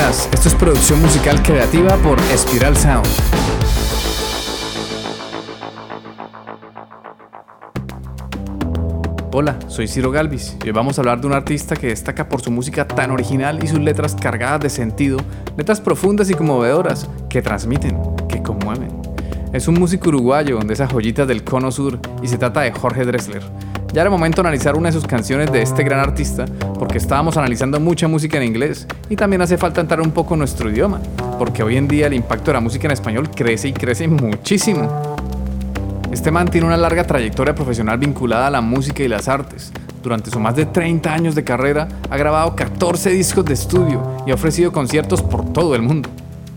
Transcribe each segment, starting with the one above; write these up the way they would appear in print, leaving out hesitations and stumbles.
buenas, esto es producción musical creativa por Espiral Sound. Hola, soy Ciro Galvis y hoy vamos a hablar de un artista que destaca por su música tan original y sus letras cargadas de sentido, letras profundas y conmovedoras que transmiten, que conmueven. Es un músico uruguayo de esas joyitas del cono sur y se trata de Jorge Drexler. Ya era momento de analizar una de sus canciones de este gran artista porque estábamos analizando mucha música en inglés y también hace falta entrar un poco en nuestro idioma, porque hoy en día el impacto de la música en español crece y crece muchísimo. Este man tiene una larga trayectoria profesional vinculada a la música y las artes. Durante sus más de 30 años de carrera ha grabado 14 discos de estudio y ha ofrecido conciertos por todo el mundo.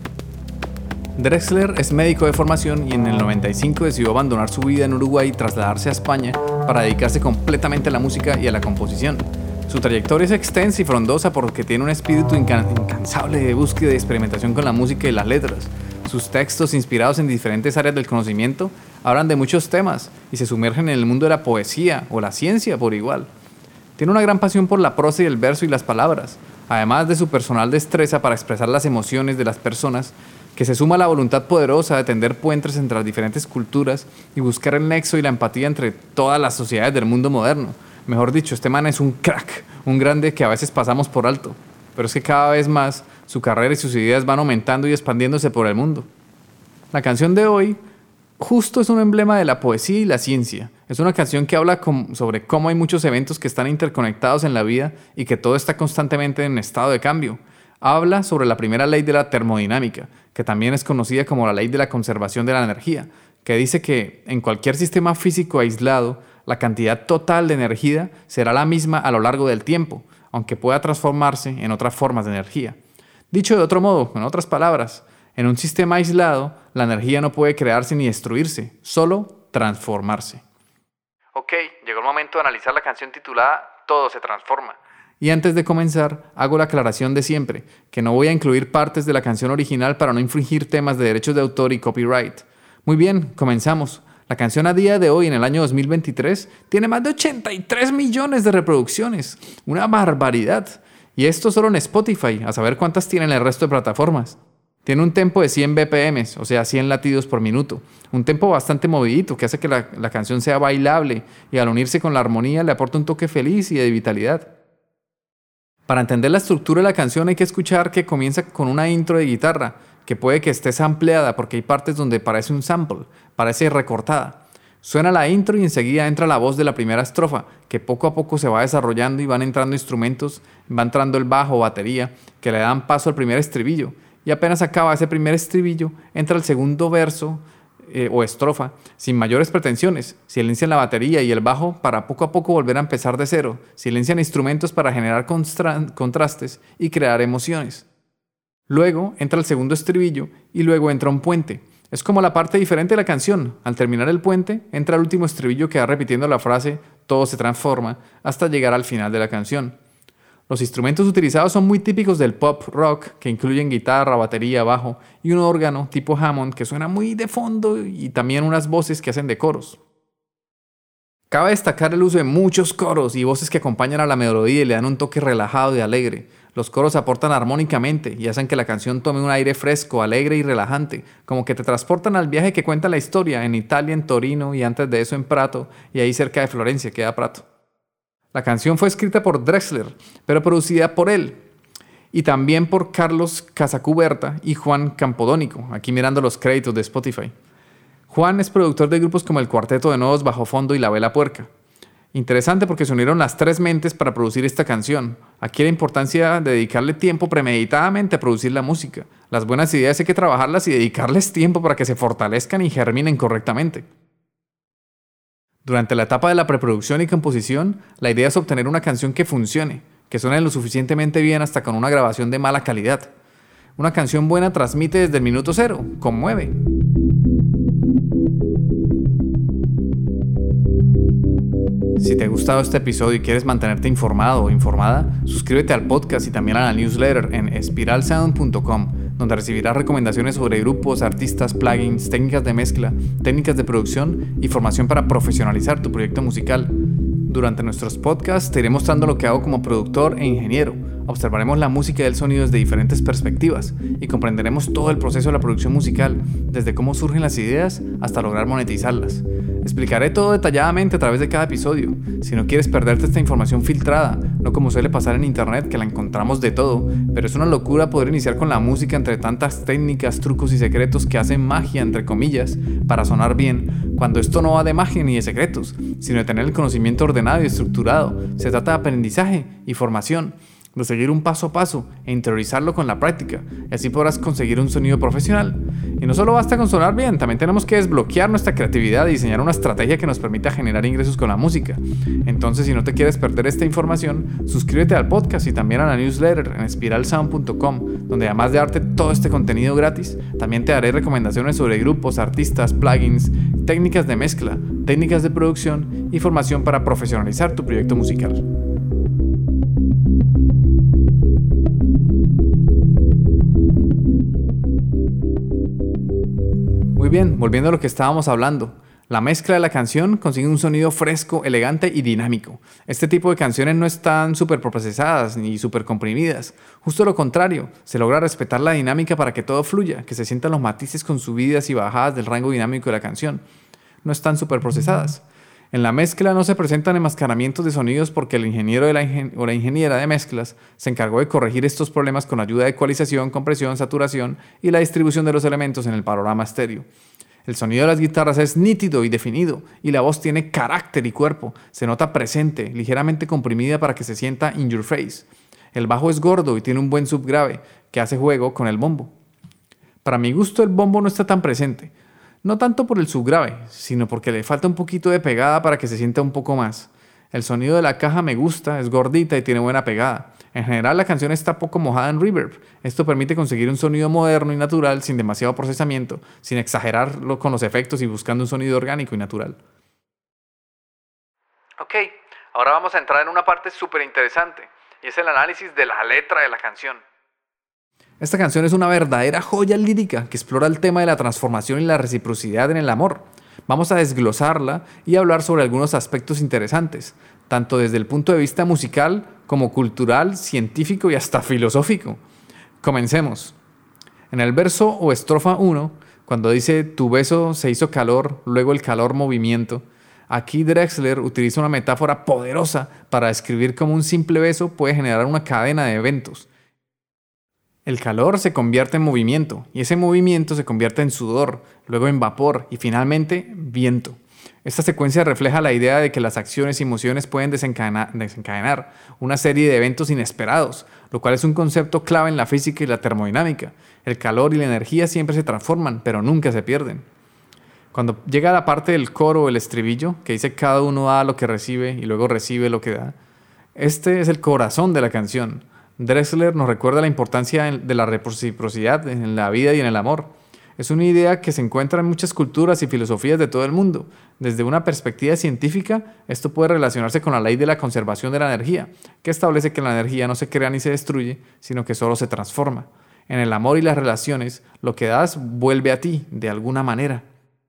Drexler es médico de formación y en el 95 decidió abandonar su vida en Uruguay y trasladarse a España para dedicarse completamente a la música y a la composición. Su trayectoria es extensa y frondosa porque tiene un espíritu incansable de búsqueda y experimentación con la música y las letras. Sus textos, inspirados en diferentes áreas del conocimiento, hablan de muchos temas y se sumergen en el mundo de la poesía o la ciencia por igual. Tiene una gran pasión por la prosa y el verso y las palabras, además de su personal destreza para expresar las emociones de las personas, que se suma a la voluntad poderosa de tender puentes entre las diferentes culturas y buscar el nexo y la empatía entre todas las sociedades del mundo moderno. Mejor dicho, este man es un crack, un grande que a veces pasamos por alto, pero es que cada vez más su carrera y sus ideas van aumentando y expandiéndose por el mundo. La canción de hoy justo es un emblema de la poesía y la ciencia. Es una canción que habla sobre cómo hay muchos eventos que están interconectados en la vida y que todo está constantemente en estado de cambio. Habla sobre la primera ley de la termodinámica, que también es conocida como la ley de la conservación de la energía, que dice que en cualquier sistema físico aislado, la cantidad total de energía será la misma a lo largo del tiempo, aunque pueda transformarse en otras formas de energía. Dicho de otro modo, en otras palabras, en un sistema aislado, la energía no puede crearse ni destruirse, solo transformarse. Ok, llegó el momento de analizar la canción titulada Todo se transforma. Y antes de comenzar, hago la aclaración de siempre, que no voy a incluir partes de la canción original para no infringir temas de derechos de autor y copyright. Muy bien, comenzamos. La canción a día de hoy, en el año 2023, tiene más de 83 millones de reproducciones. Una barbaridad. Y esto solo en Spotify, a saber cuántas tienen el resto de plataformas. Tiene un tempo de 100 BPM, o sea, 100 latidos por minuto. Un tempo bastante movidito que hace que la canción sea bailable y al unirse con la armonía le aporta un toque feliz y de vitalidad. Para entender la estructura de la canción hay que escuchar que comienza con una intro de guitarra, que puede que esté sampleada porque hay partes donde parece un sample, parece recortada. Suena la intro y enseguida entra la voz de la primera estrofa, que poco a poco se va desarrollando y van entrando instrumentos, va entrando el bajo o batería, que le dan paso al primer estribillo. Y apenas acaba ese primer estribillo, entra el segundo verso o estrofa, sin mayores pretensiones. Silencian la batería y el bajo para poco a poco volver a empezar de cero. Silencian instrumentos para generar contrastes y crear emociones. Luego entra el segundo estribillo y luego entra un puente. Es como la parte diferente de la canción. Al terminar el puente, entra el último estribillo que va repitiendo la frase "todo se transforma" hasta llegar al final de la canción. Los instrumentos utilizados son muy típicos del pop rock, que incluyen guitarra, batería, bajo y un órgano tipo Hammond que suena muy de fondo y también unas voces que hacen de coros. Cabe destacar el uso de muchos coros y voces que acompañan a la melodía y le dan un toque relajado y alegre. Los coros aportan armónicamente y hacen que la canción tome un aire fresco, alegre y relajante, como que te transportan al viaje que cuenta la historia en Italia, en Torino y antes de eso en Prato y ahí cerca de Florencia queda Prato. La canción fue escrita por Drexler, pero producida por él, y también por Carlos Casacuberta y Juan Campodónico, aquí mirando los créditos de Spotify. Juan es productor de grupos como el Cuarteto de Nuevos Bajo Fondo y La Vela Puerca. Interesante porque se unieron las tres mentes para producir esta canción. Aquí la importancia de dedicarle tiempo premeditadamente a producir la música. Las buenas ideas hay que trabajarlas y dedicarles tiempo para que se fortalezcan y germinen correctamente. Durante la etapa de la preproducción y composición, la idea es obtener una canción que funcione, que suene lo suficientemente bien hasta con una grabación de mala calidad. Una canción buena transmite desde el minuto cero, conmueve. Si te ha gustado este episodio y quieres mantenerte informado o informada, suscríbete al podcast y también a la newsletter en espiralsound.com, donde recibirás recomendaciones sobre grupos, artistas, plugins, técnicas de mezcla, técnicas de producción y formación para profesionalizar tu proyecto musical. Durante nuestros podcasts te iré mostrando lo que hago como productor e ingeniero, Observaremos la música y el sonido desde diferentes perspectivas y comprenderemos todo el proceso de la producción musical, desde cómo surgen las ideas hasta lograr monetizarlas. Explicaré todo detalladamente a través de cada episodio. Si no quieres perderte esta información filtrada, no como suele pasar en internet que la encontramos de todo, pero es una locura poder iniciar con la música entre tantas técnicas, trucos y secretos que hacen magia, entre comillas, para sonar bien, cuando esto no va de magia ni de secretos, sino de tener el conocimiento ordenado y estructurado. Se trata de aprendizaje y formación, de seguir un paso a paso e interiorizarlo con la práctica, y así podrás conseguir un sonido profesional. Y no solo basta con sonar bien, también tenemos que desbloquear nuestra creatividad y diseñar una estrategia que nos permita generar ingresos con la música. Entonces, si no te quieres perder esta información, suscríbete al podcast y también a la newsletter en spiralsound.com, donde además de darte todo este contenido gratis, también te daré recomendaciones sobre grupos, artistas, plugins, técnicas de mezcla, técnicas de producción y formación para profesionalizar tu proyecto musical. Muy bien, volviendo a lo que estábamos hablando. La mezcla de la canción consigue un sonido fresco, elegante y dinámico. Este tipo de canciones no están súper procesadas ni súper comprimidas. Justo lo contrario, se logra respetar la dinámica para que todo fluya, que se sientan los matices con subidas y bajadas del rango dinámico de la canción. No están súper procesadas. En la mezcla no se presentan enmascaramientos de sonidos porque el ingeniero o la ingeniera de mezclas se encargó de corregir estos problemas con ayuda de ecualización, compresión, saturación y la distribución de los elementos en el panorama estéreo. El sonido de las guitarras es nítido y definido y la voz tiene carácter y cuerpo. Se nota presente, ligeramente comprimida para que se sienta in your face. El bajo es gordo y tiene un buen subgrave que hace juego con el bombo. Para mi gusto el bombo no está tan presente. No tanto por el subgrave, sino porque le falta un poquito de pegada para que se sienta un poco más. El sonido de la caja me gusta, es gordita y tiene buena pegada. En general la canción está poco mojada en reverb. Esto permite conseguir un sonido moderno y natural sin demasiado procesamiento, sin exagerarlo con los efectos y buscando un sonido orgánico y natural. Ok, ahora vamos a entrar en una parte súper interesante, y es el análisis de la letra de la canción. Esta canción es una verdadera joya lírica que explora el tema de la transformación y la reciprocidad en el amor. Vamos a desglosarla y hablar sobre algunos aspectos interesantes, tanto desde el punto de vista musical como cultural, científico y hasta filosófico. Comencemos. En el verso o estrofa 1, cuando dice tu beso se hizo calor, luego el calor movimiento, aquí Drexler utiliza una metáfora poderosa para describir cómo un simple beso puede generar una cadena de eventos. El calor se convierte en movimiento y ese movimiento se convierte en sudor, luego en vapor y finalmente viento. Esta secuencia refleja la idea de que las acciones y emociones pueden desencadenar una serie de eventos inesperados, lo cual es un concepto clave en la física y la termodinámica. El calor y la energía siempre se transforman, pero nunca se pierden. Cuando llega la parte del coro o el estribillo, que dice cada uno da lo que recibe y luego recibe lo que da, este es el corazón de la canción. Drexler nos recuerda la importancia de la reciprocidad en la vida y en el amor. Es una idea que se encuentra en muchas culturas y filosofías de todo el mundo. Desde una perspectiva científica, esto puede relacionarse con la ley de la conservación de la energía, que establece que la energía no se crea ni se destruye, sino que solo se transforma. En el amor y las relaciones, lo que das vuelve a ti, de alguna manera.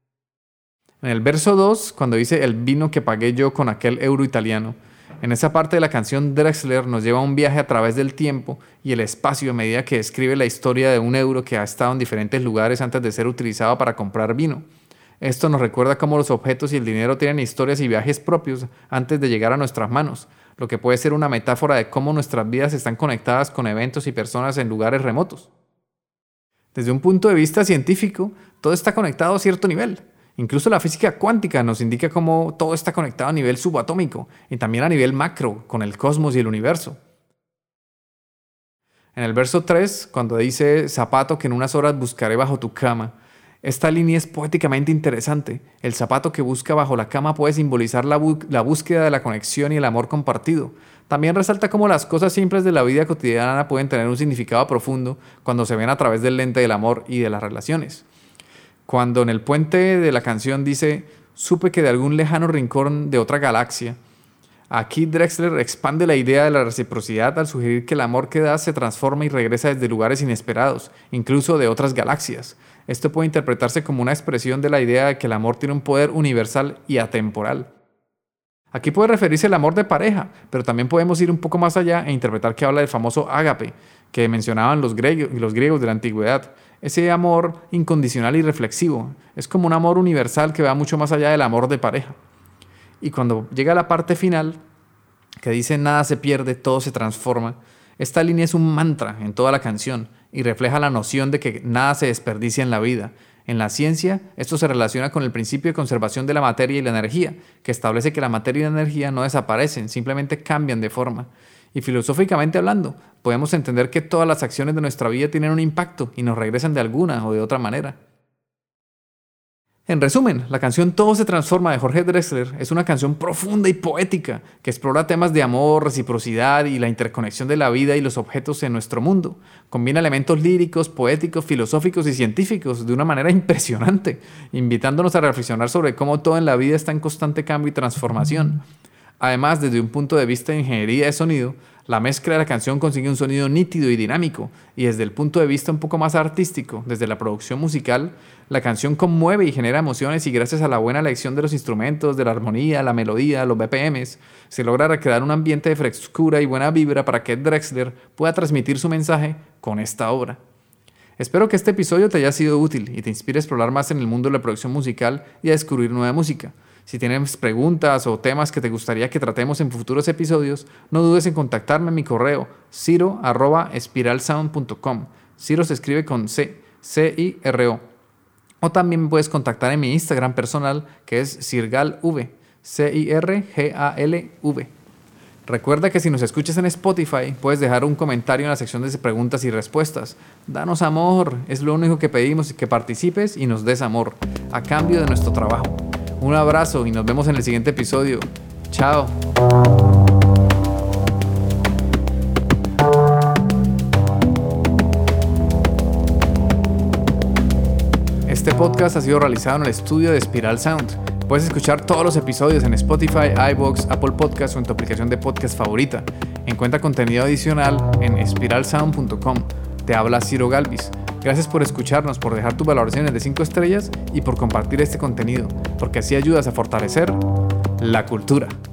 En el verso 2, cuando dice el vino que pagué yo con aquel euro italiano, en esa parte de la canción Drexler nos lleva a un viaje a través del tiempo y el espacio a medida que describe la historia de un euro que ha estado en diferentes lugares antes de ser utilizado para comprar vino. Esto nos recuerda cómo los objetos y el dinero tienen historias y viajes propios antes de llegar a nuestras manos, lo que puede ser una metáfora de cómo nuestras vidas están conectadas con eventos y personas en lugares remotos. Desde un punto de vista científico, todo está conectado a cierto nivel. Incluso la física cuántica nos indica cómo todo está conectado a nivel subatómico y también a nivel macro, con el cosmos y el universo. En el verso 3, cuando dice zapato que en unas horas buscaré bajo tu cama, esta línea es poéticamente interesante. El zapato que busca bajo la cama puede simbolizar la búsqueda de la conexión y el amor compartido. También resalta cómo las cosas simples de la vida cotidiana pueden tener un significado profundo cuando se ven a través del lente del amor y de las relaciones. Cuando en el puente de la canción dice supe que de algún lejano rincón de otra galaxia, aquí Drexler expande la idea de la reciprocidad al sugerir que el amor que da se transforma y regresa desde lugares inesperados, incluso de otras galaxias. Esto puede interpretarse como una expresión de la idea de que el amor tiene un poder universal y atemporal. Aquí puede referirse al amor de pareja, pero también podemos ir un poco más allá e interpretar que habla del famoso ágape, que mencionaban los griegos de la antigüedad. Ese amor incondicional y reflexivo. Es como un amor universal que va mucho más allá del amor de pareja. Y cuando llega la parte final, que dice nada se pierde, todo se transforma, esta línea es un mantra en toda la canción y refleja la noción de que nada se desperdicia en la vida. En la ciencia, esto se relaciona con el principio de conservación de la materia y la energía, que establece que la materia y la energía no desaparecen, simplemente cambian de forma. Y filosóficamente hablando, podemos entender que todas las acciones de nuestra vida tienen un impacto y nos regresan de alguna o de otra manera. En resumen, la canción Todo se transforma de Jorge Drexler es una canción profunda y poética que explora temas de amor, reciprocidad y la interconexión de la vida y los objetos en nuestro mundo. Combina elementos líricos, poéticos, filosóficos y científicos de una manera impresionante, invitándonos a reflexionar sobre cómo todo en la vida está en constante cambio y transformación. Además, desde un punto de vista de ingeniería de sonido, la mezcla de la canción consigue un sonido nítido y dinámico, y desde el punto de vista un poco más artístico, desde la producción musical, la canción conmueve y genera emociones y gracias a la buena elección de los instrumentos, de la armonía, la melodía, los BPMs, se logra recrear un ambiente de frescura y buena vibra para que Drexler pueda transmitir su mensaje con esta obra. Espero que este episodio te haya sido útil y te inspire a explorar más en el mundo de la producción musical y a descubrir nueva música. Si tienes preguntas o temas que te gustaría que tratemos en futuros episodios, no dudes en contactarme en mi correo ciro@espiralsound.com. Ciro se escribe con C, C-I-R-O. O también me puedes contactar en mi Instagram personal, que es cirgalv, C-I-R-G-A-L-V. Recuerda que si nos escuchas en Spotify, puedes dejar un comentario en la sección de preguntas y respuestas. Danos amor, es lo único que pedimos, que participes y nos des amor, a cambio de nuestro trabajo. Un abrazo y nos vemos en el siguiente episodio. Chao. Este podcast ha sido realizado en el estudio de Spiral Sound. Puedes escuchar todos los episodios en Spotify, iVoox, Apple Podcasts o en tu aplicación de podcast favorita. Encuentra contenido adicional en espiralsound.com. Te habla Ciro Galvis. Gracias por escucharnos, por dejar tus valoraciones de 5 estrellas y por compartir este contenido, porque así ayudas a fortalecer la cultura.